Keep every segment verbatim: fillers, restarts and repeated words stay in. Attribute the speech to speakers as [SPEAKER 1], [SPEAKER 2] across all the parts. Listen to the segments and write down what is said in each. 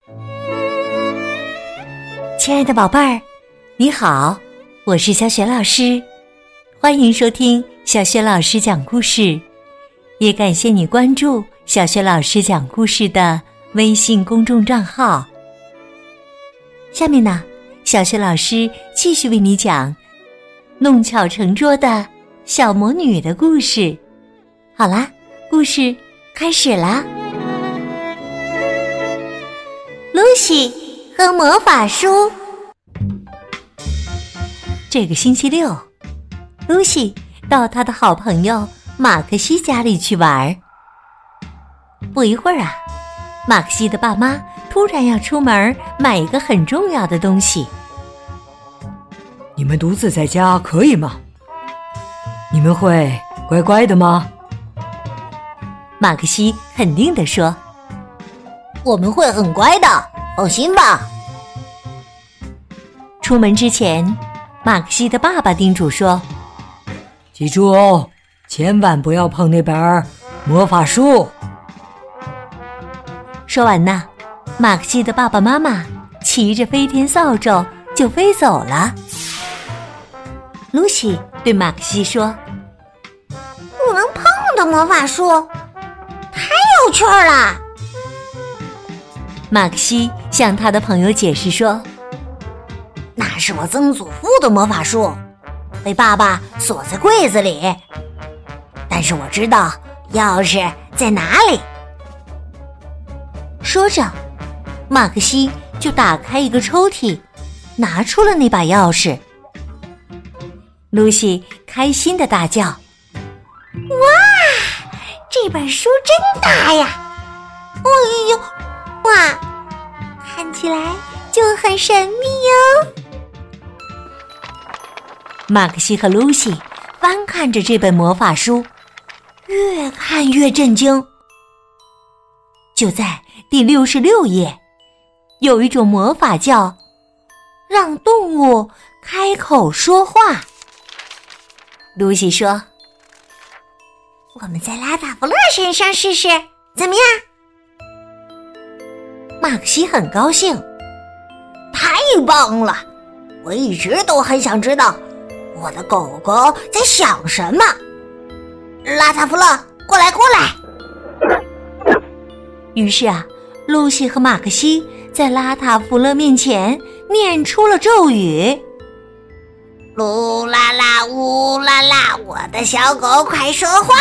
[SPEAKER 1] 亲爱的宝贝儿，你好，我是小雪老师，欢迎收听小雪老师讲故事，也感谢你关注小雪老师讲故事的微信公众账号。下面呢，小雪老师继续为你讲弄巧成拙的小魔女的故事。好啦，故事开始啦。露西和魔法书。这个星期六，露西到她的好朋友马克西家里去玩。不一会儿啊，马克西的爸妈突然要出门买一个很重要的东西。
[SPEAKER 2] 你们独自在家可以吗？你们会乖乖的吗？
[SPEAKER 1] 马克西肯定地说：
[SPEAKER 3] 我们会很乖的，放心吧。
[SPEAKER 1] 出门之前，马克西的爸爸叮嘱说：
[SPEAKER 2] 记住哦，千万不要碰那本魔法书。
[SPEAKER 1] 说完呢，马克西的爸爸妈妈骑着飞天扫帚就飞走了。露西对马克西说：
[SPEAKER 3] 不能碰的魔法书太有趣了。
[SPEAKER 1] 马克西向他的朋友解释说：
[SPEAKER 3] 那是我曾祖父的魔法书，被爸爸锁在柜子里，但是我知道钥匙在哪里。
[SPEAKER 1] 说着，马克西就打开一个抽屉，拿出了那把钥匙。露西开心地大叫：
[SPEAKER 3] 哇，这本书真大呀！哎呦，哇，看起来就很神秘哟。
[SPEAKER 1] 马克西和露西翻看着这本魔法书，越看越震惊。就在第六十六页，有一种魔法叫让动物开口说话。露西说：
[SPEAKER 3] 我们在拉塔弗勒身上试试，怎么样？
[SPEAKER 1] 马克西很高兴。
[SPEAKER 3] 太棒了！我一直都很想知道我的狗狗在想什么。拉塔弗勒，过来过来！
[SPEAKER 1] 于是啊，露西和马克西在拉塔弗勒面前念出了咒语：
[SPEAKER 3] 噜啦啦呜啦啦，我的小狗快说话。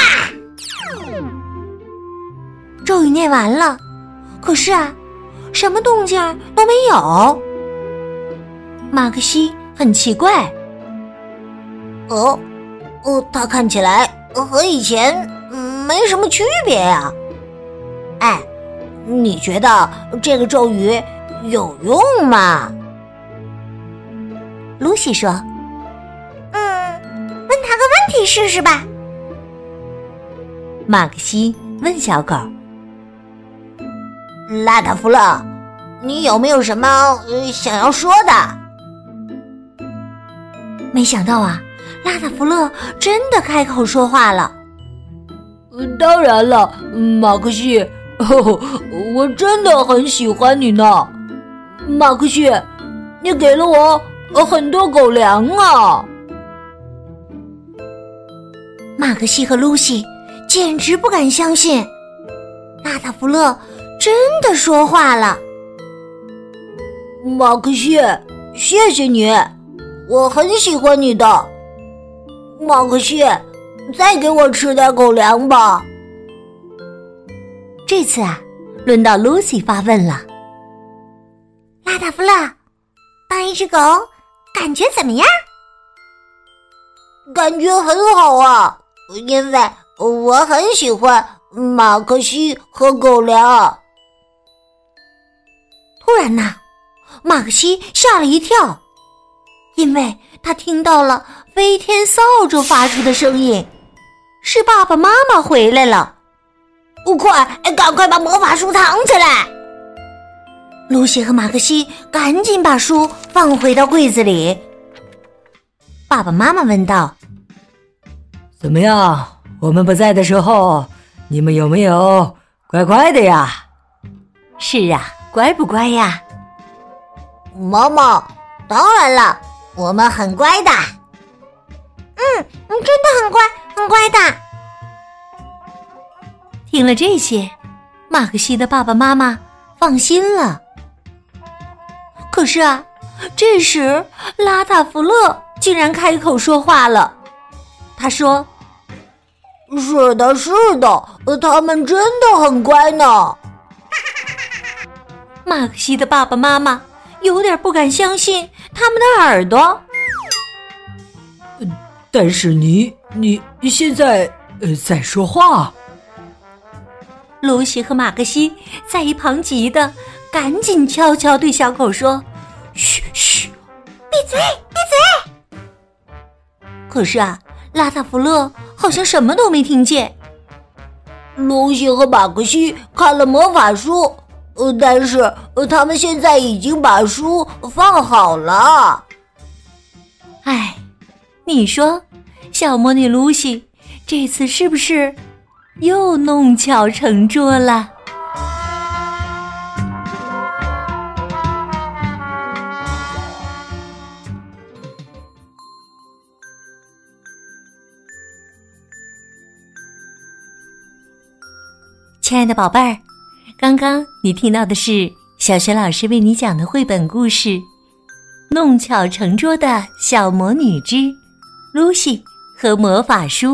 [SPEAKER 1] 咒语念完了，可是啊，什么动静都没有。马克西很奇怪。
[SPEAKER 3] 哦，哦，它看起来和以前没什么区别呀。哎，你觉得这个咒语有用吗？
[SPEAKER 1] 露西说：
[SPEAKER 3] 嗯，问他个问题试试吧。
[SPEAKER 1] 马克西问小狗：
[SPEAKER 3] 拉塔弗勒，你有没有什么想要说的？
[SPEAKER 1] 没想到啊，拉塔弗勒真的开口说话了。
[SPEAKER 2] 当然了，马克西，哦，我真的很喜欢你呢。马克西，你给了我很多狗粮啊。
[SPEAKER 1] 马克西和露西简直不敢相信，拉塔弗勒真的说话了。
[SPEAKER 3] 马克西，谢谢你，我很喜欢你的。马克西，再给我吃点狗粮吧。
[SPEAKER 1] 这次啊，轮到露西发问了。
[SPEAKER 3] 拉塔弗勒，当一只狗感觉怎么样？感觉很好啊，因为我很喜欢马克西和狗粮。
[SPEAKER 1] 突然呐，马克西吓了一跳，因为他听到了飞天扫帚发出的声音，是爸爸妈妈回来了。
[SPEAKER 3] 快，赶快把魔法书藏起来！
[SPEAKER 1] 露西和马克西赶紧把书放回到柜子里。爸爸妈妈问道：
[SPEAKER 2] 怎么样，我们不在的时候，你们有没有乖乖的呀？
[SPEAKER 1] 是啊， 乖不乖呀？
[SPEAKER 3] 毛毛，当然了，我们很乖的。嗯，真的很乖，很乖的。
[SPEAKER 1] 听了这些，马克西的爸爸妈妈放心了。可是啊，这时拉塔弗勒竟然开口说话了。他说：
[SPEAKER 2] 是的，是的，他们真的很乖呢。
[SPEAKER 1] 马克西的爸爸妈妈有点不敢相信他们的耳朵。
[SPEAKER 2] 但是你，你现在呃在说话。
[SPEAKER 1] 露西和马克西在一旁急得赶紧悄悄对小狗说：嘘嘘，
[SPEAKER 3] 闭嘴，闭嘴。
[SPEAKER 1] 可是啊，拉塔弗勒好像什么都没听见。
[SPEAKER 2] 露西和马克西看了魔法书，呃，但是呃，他们现在已经把书放好了。
[SPEAKER 1] 唉，你说，小魔女露西这次是不是又弄巧成拙了？亲爱的宝贝儿，刚刚你听到的是小学老师为你讲的绘本故事《弄巧成拙的小魔女之露西和魔法书》。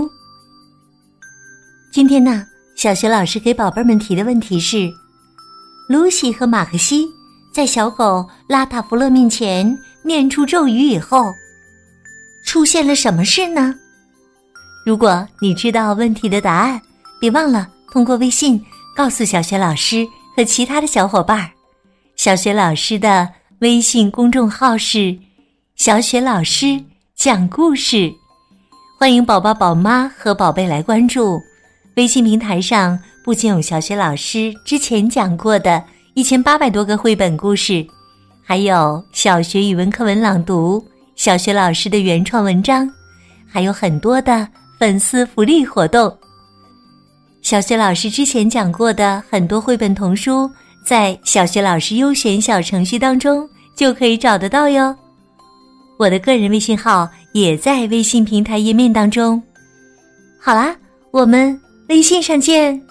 [SPEAKER 1] 今天呢，小学老师给宝贝们提的问题是：露西和马克西在小狗拉塔弗勒面前念出咒语以后，出现了什么事呢？如果你知道问题的答案，别忘了通过微信告诉小学老师和其他的小伙伴。小学老师的微信公众号是小雪老师讲故事，欢迎宝宝宝妈和宝贝来关注。微信平台上不仅有小雪老师之前讲过的一千八百多个绘本故事，还有小学语文课文朗读，小学老师的原创文章，还有很多的粉丝福利活动。小学老师之前讲过的很多绘本童书，在小学老师优选小程序当中就可以找得到哟。我的个人微信号也在微信平台页面当中。好啦，我们微信上见。